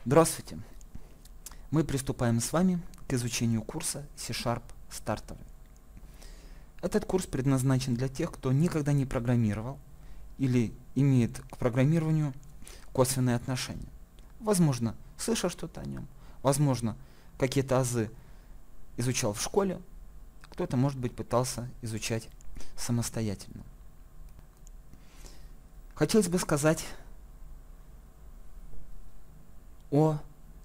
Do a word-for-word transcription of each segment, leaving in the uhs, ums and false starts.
Здравствуйте! Мы приступаем с вами к изучению курса C-Sharp стартовый. Этот курс предназначен для тех, кто никогда не программировал или имеет к программированию косвенные отношения. Возможно, слышал что-то о нем, возможно, какие-то азы изучал в школе, кто-то, может быть, пытался изучать самостоятельно. Хотелось бы сказать о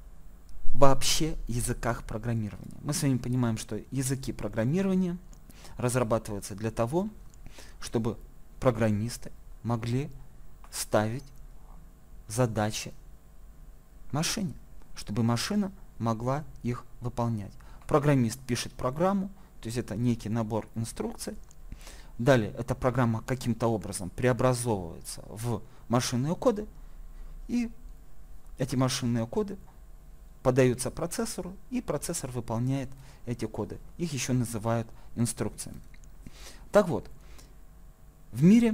вообще языках программирования. Мы с вами понимаем, что языки программирования разрабатываются для того, чтобы программисты могли ставить задачи машине, чтобы машина могла их выполнять. Программист пишет программу, то есть это некий набор инструкций. Далее эта программа каким-то образом преобразовывается в машинные коды, и эти машинные коды подаются процессору, и процессор выполняет эти коды. Их еще называют инструкциями. Так вот, в мире,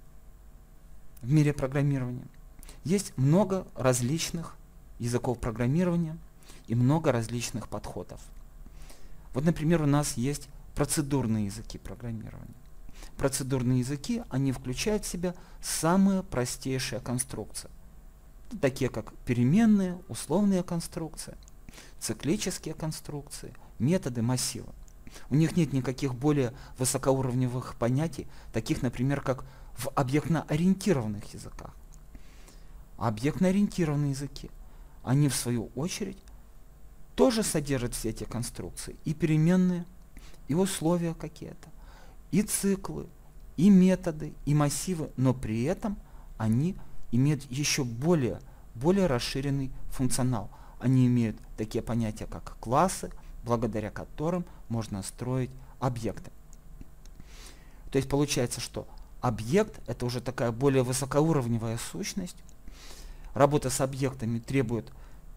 в мире программирования есть много различных языков программирования и много различных подходов. Вот, например, у нас есть процедурные языки программирования. Процедурные языки, они включают в себя самые простейшие конструкции, такие как переменные, условные конструкции, циклические конструкции, методы, массивы. У них нет никаких более высокоуровневых понятий, таких, например, как в объектно-ориентированных языках. А объектно-ориентированные языки, они в свою очередь тоже содержат все эти конструкции, и переменные, и условия какие-то, и циклы, и методы, и массивы, но при этом они имеют еще более, более расширенный функционал. Они имеют такие понятия, как классы, благодаря которым можно строить объекты. То есть получается, что объект — это уже такая более высокоуровневая сущность. Работа с объектами требует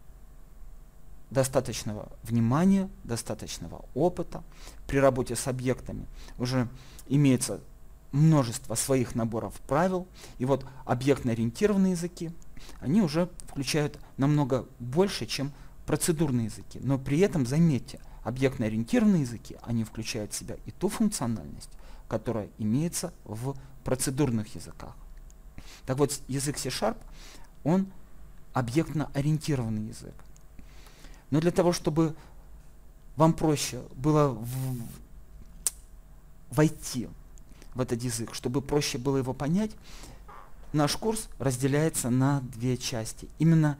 достаточного внимания, достаточного опыта. При работе с объектами уже имеется множество своих наборов правил. И вот объектно-ориентированные языки, они уже включают намного больше, чем процедурные языки. Но при этом, заметьте, объектно-ориентированные языки, они включают в себя и ту функциональность, которая имеется в процедурных языках. Так вот, язык C-Sharp, он объектно-ориентированный язык. Но для того, чтобы вам проще было в, войти в этот язык, чтобы проще было его понять, наш курс разделяется на две части. Именно,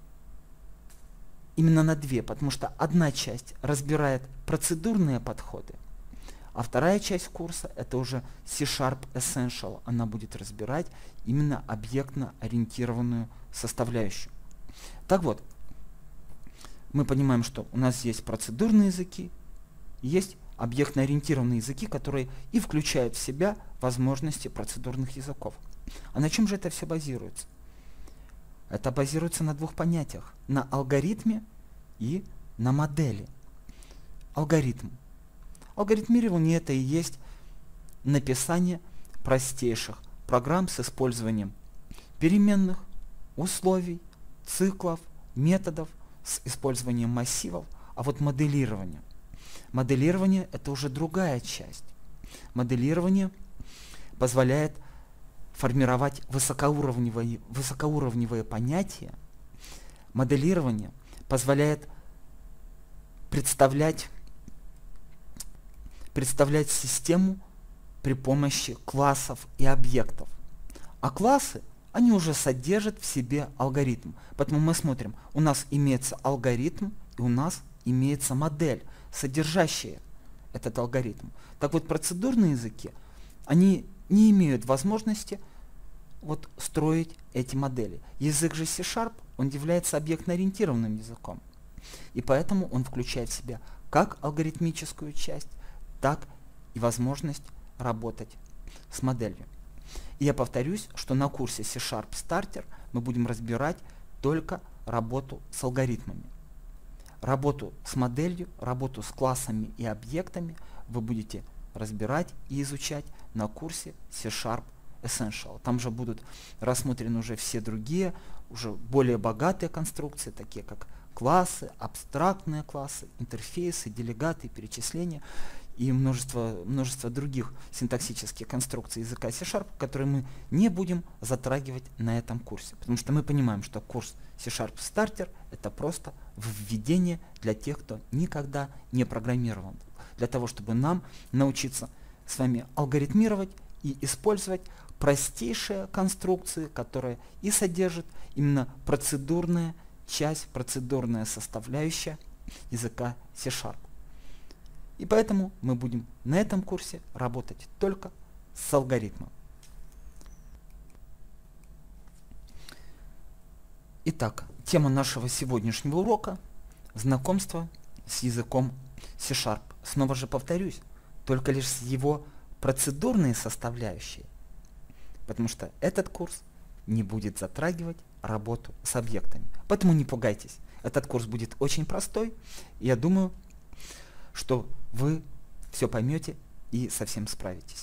именно на две, потому что одна часть разбирает процедурные подходы, а вторая часть курса — это уже C-Sharp Essential. Она будет разбирать именно объектно-ориентированную составляющую. Так вот, мы понимаем, что у нас есть процедурные языки, есть объектно-ориентированные языки, которые и включают в себя возможности процедурных языков. А на чем же это все базируется? Это базируется на двух понятиях: на алгоритме и на модели. Алгоритм. Алгоритмирование — это и есть написание простейших программ с использованием переменных, условий, циклов, методов, с использованием массивов. А вот моделирование. Моделирование — это уже другая часть. Моделирование позволяет формировать высокоуровневые, высокоуровневые понятия. Моделирование позволяет представлять, представлять систему при помощи классов и объектов. А классы, они уже содержат в себе алгоритм. Поэтому мы смотрим, у нас имеется алгоритм, и у нас имеется модель, содержащая этот алгоритм. Так вот, процедурные языки, они не имеют возможности вот строить эти модели. Язык же C-Sharp, он является объектно-ориентированным языком. И поэтому он включает в себя как алгоритмическую часть, так и возможность работать с моделью. И я повторюсь, что на курсе C-Sharp Starter мы будем разбирать только работу с алгоритмами. Работу с моделью, работу с классами и объектами вы будете разбирать и изучать на курсе C-Sharp Essential. Там же будут рассмотрены уже все другие, уже более богатые конструкции, такие как классы, абстрактные классы, интерфейсы, делегаты, перечисления и множество, множество других синтаксических конструкций языка C-Sharp, которые мы не будем затрагивать на этом курсе. Потому что мы понимаем, что курс C-Sharp Starter — это просто введение для тех, кто никогда не программировал. Для того, чтобы нам научиться с вами алгоритмировать и использовать простейшие конструкции, которые и содержат именно процедурная часть, процедурная составляющая языка C-Sharp. И поэтому мы будем на этом курсе работать только с алгоритмом. Итак, тема нашего сегодняшнего урока — знакомство с языком C-Sharp. Снова же повторюсь, только лишь с его процедурной составляющей, потому что этот курс не будет затрагивать работу с объектами. Поэтому не пугайтесь, этот курс будет очень простой, и я думаю, что вы все поймете и совсем справитесь.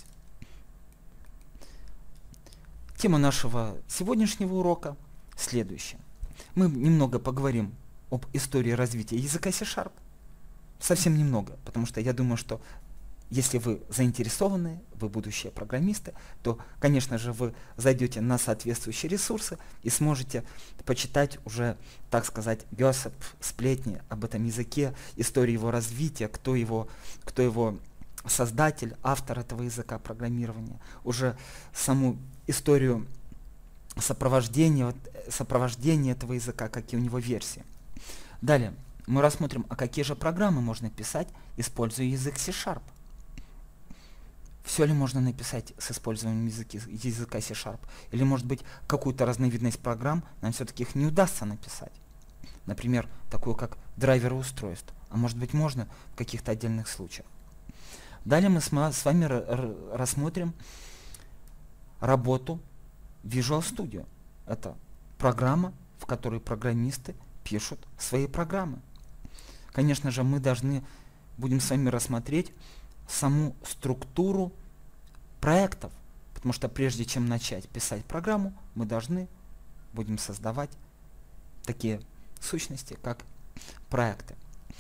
Тема нашего сегодняшнего урока следующая. Мы немного поговорим об истории развития языка C-Sharp. Совсем немного, потому что я думаю, что если вы заинтересованы, вы будущие программисты, то, конечно же, вы зайдете на соответствующие ресурсы и сможете почитать уже, так сказать, гёсип, сплетни об этом языке, историю его развития, кто его, кто его создатель, автор этого языка программирования, уже саму историю сопровождения, сопровождения этого языка, какие у него версии. Далее мы рассмотрим, а какие же программы можно писать, используя язык C-Sharp. Все ли можно написать с использованием языки, языка C-Sharp? Или, может быть, какую-то разновидность программ нам все-таки их не удастся написать? Например, такую как драйверы устройств. А может быть, можно в каких-то отдельных случаях. Далее мы с вами рассмотрим работу Visual Studio. Это программа, в которой программисты пишут свои программы. Конечно же, мы должны будем с вами рассмотреть саму структуру проектов, потому что прежде чем начать писать программу, мы должны будем создавать такие сущности, как проекты.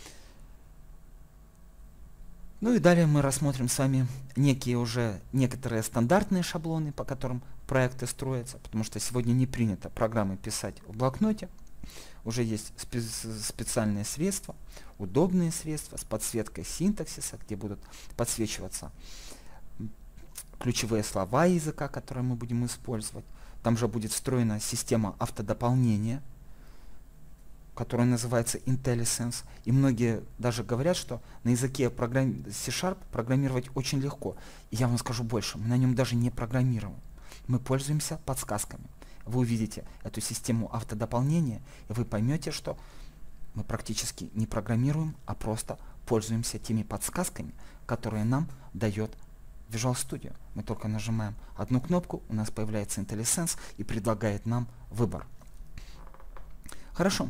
Ну и далее мы рассмотрим с вами некие уже некоторые стандартные шаблоны, по которым проекты строятся, потому что сегодня не принято программы писать в блокноте. Уже есть спе специальные средства, удобные средства с подсветкой синтаксиса, где будут подсвечиваться ключевые слова языка, которые мы будем использовать. Там же будет встроена система автодополнения, которая называется IntelliSense. И многие даже говорят, что на языке программ... C-Sharp программировать очень легко. И я вам скажу больше, мы на нем даже не программируем. Мы пользуемся подсказками. Вы увидите эту систему автодополнения, и вы поймете, что мы практически не программируем, а просто пользуемся теми подсказками, которые нам дает Visual Studio. Мы только нажимаем одну кнопку, у нас появляется IntelliSense и предлагает нам выбор. Хорошо.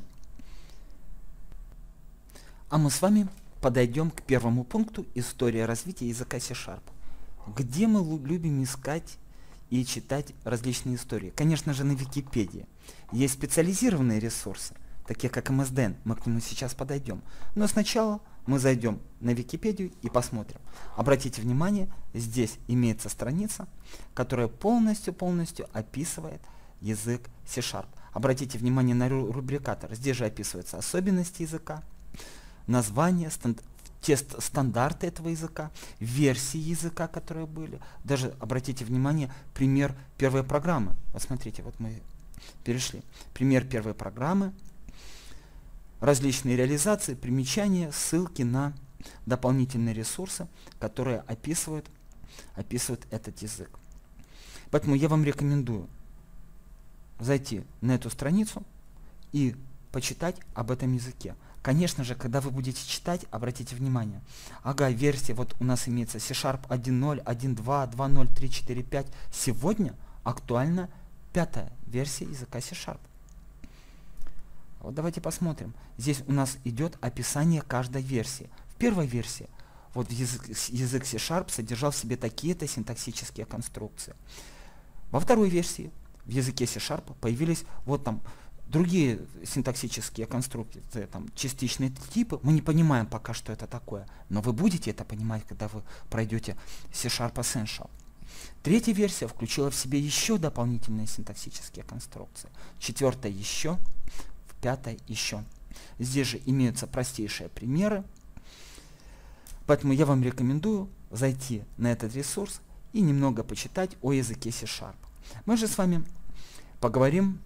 А мы с вами подойдем к первому пункту — история развития языка C-Sharp. Где мы любим искать и читать различные истории? Конечно же, на Википедии. Есть специализированные ресурсы, такие как эм эс ди эн, мы к нему сейчас подойдем. Но сначала мы зайдем на Википедию и посмотрим. Обратите внимание, здесь имеется страница, которая полностью-полностью описывает язык C-Sharp. Обратите внимание на рубрикатор. Здесь же описываются особенности языка, названия, стандарты, те стандарты этого языка, версии языка, которые были. Даже обратите внимание, пример первой программы. Вот смотрите, вот мы перешли. Пример первой программы, различные реализации, примечания, ссылки на дополнительные ресурсы, которые описывают, описывают этот язык. Поэтому я вам рекомендую зайти на эту страницу и почитать об этом языке. Конечно же, когда вы будете читать, обратите внимание. Ага, версия, вот у нас имеется C-Sharp один ноль, один два, два ноль, три четыре пять. Сегодня актуальна пятая версия языка C-Sharp. Вот давайте посмотрим. Здесь у нас идет описание каждой версии. В первой версии вот язык, язык C-Sharp содержал в себе такие-то синтаксические конструкции. Во второй версии в языке C-Sharp появились вот там другие синтаксические конструкции, там частичные типы. Мы не понимаем пока, что это такое, но вы будете это понимать, когда вы пройдете C-Sharp Essential. Третья версия включила в себе еще дополнительные синтаксические конструкции. Четвертая еще, пятая еще. Здесь же имеются простейшие примеры, поэтому я вам рекомендую зайти на этот ресурс и немного почитать о языке C-Sharp. Мы же с вами поговорим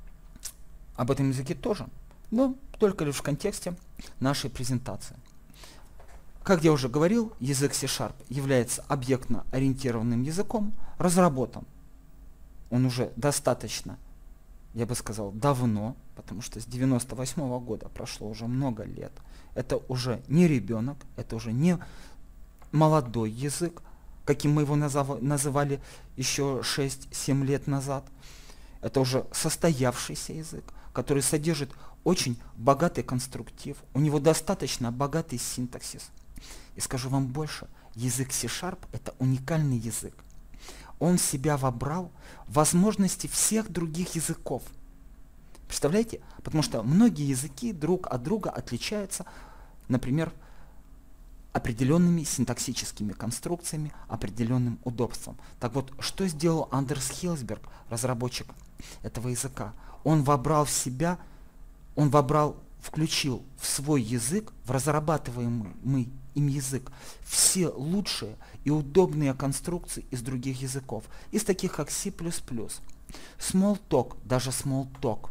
об этом языке тоже, но только лишь в контексте нашей презентации. Как я уже говорил, язык C-Sharp является объектно-ориентированным языком, разработан он уже достаточно, я бы сказал, давно, потому что с девяносто восьмого года прошло уже много лет. Это уже не ребенок, это уже не молодой язык, каким мы его назов называли еще шесть-семь лет назад. Это уже состоявшийся язык, который содержит очень богатый конструктив, у него достаточно богатый синтаксис. И скажу вам больше, язык C-Sharp это уникальный язык. Он в себя вобрал возможности всех других языков. Представляете? Потому что многие языки друг от друга отличаются, например, определенными синтаксическими конструкциями, определенным удобством. Так вот, что сделал Андерс Хилсберг, разработчик этого языка? Он вобрал в себя, он вобрал, включил в свой язык, в разрабатываемый им язык, все лучшие и удобные конструкции из других языков, из таких как C++, Smalltalk, даже Smalltalk,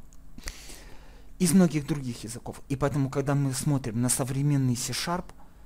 из многих других языков. И поэтому, когда мы смотрим на современный C-Sharp,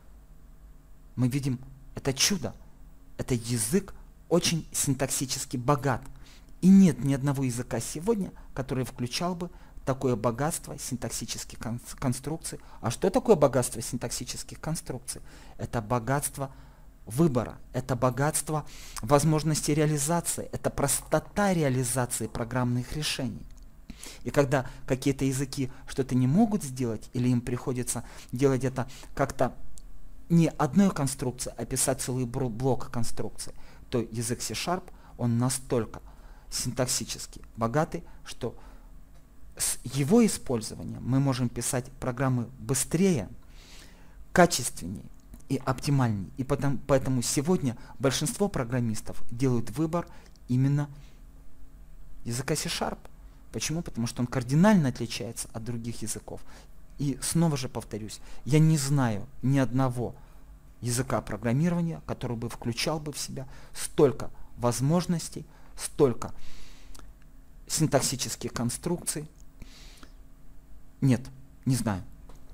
мы видим это чудо. Это язык очень синтаксически богат. И нет ни одного языка сегодня, который включал бы такое богатство синтаксических кон конструкций. А что такое богатство синтаксических конструкций? Это богатство выбора, это богатство возможности реализации, это простота реализации программных решений. И когда какие-то языки что-то не могут сделать, или им приходится делать это как-то не одной конструкции, а писать целый блок конструкций, то язык C-Sharp, он настолько синтаксически богатый, что с его использованием мы можем писать программы быстрее, качественнее и оптимальнее. И потому, поэтому сегодня большинство программистов делают выбор именно языка C-Sharp. Почему? Потому что он кардинально отличается от других языков. И снова же повторюсь, я не знаю ни одного языка программирования, который бы включал бы в себя столько возможностей, столько синтаксических конструкций. Нет, не знаю.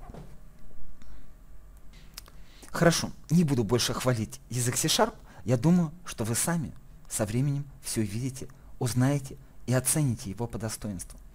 Хорошо, не буду больше хвалить язык C-Sharp. Я думаю, что вы сами со временем все увидите, узнаете и оцените его по достоинству.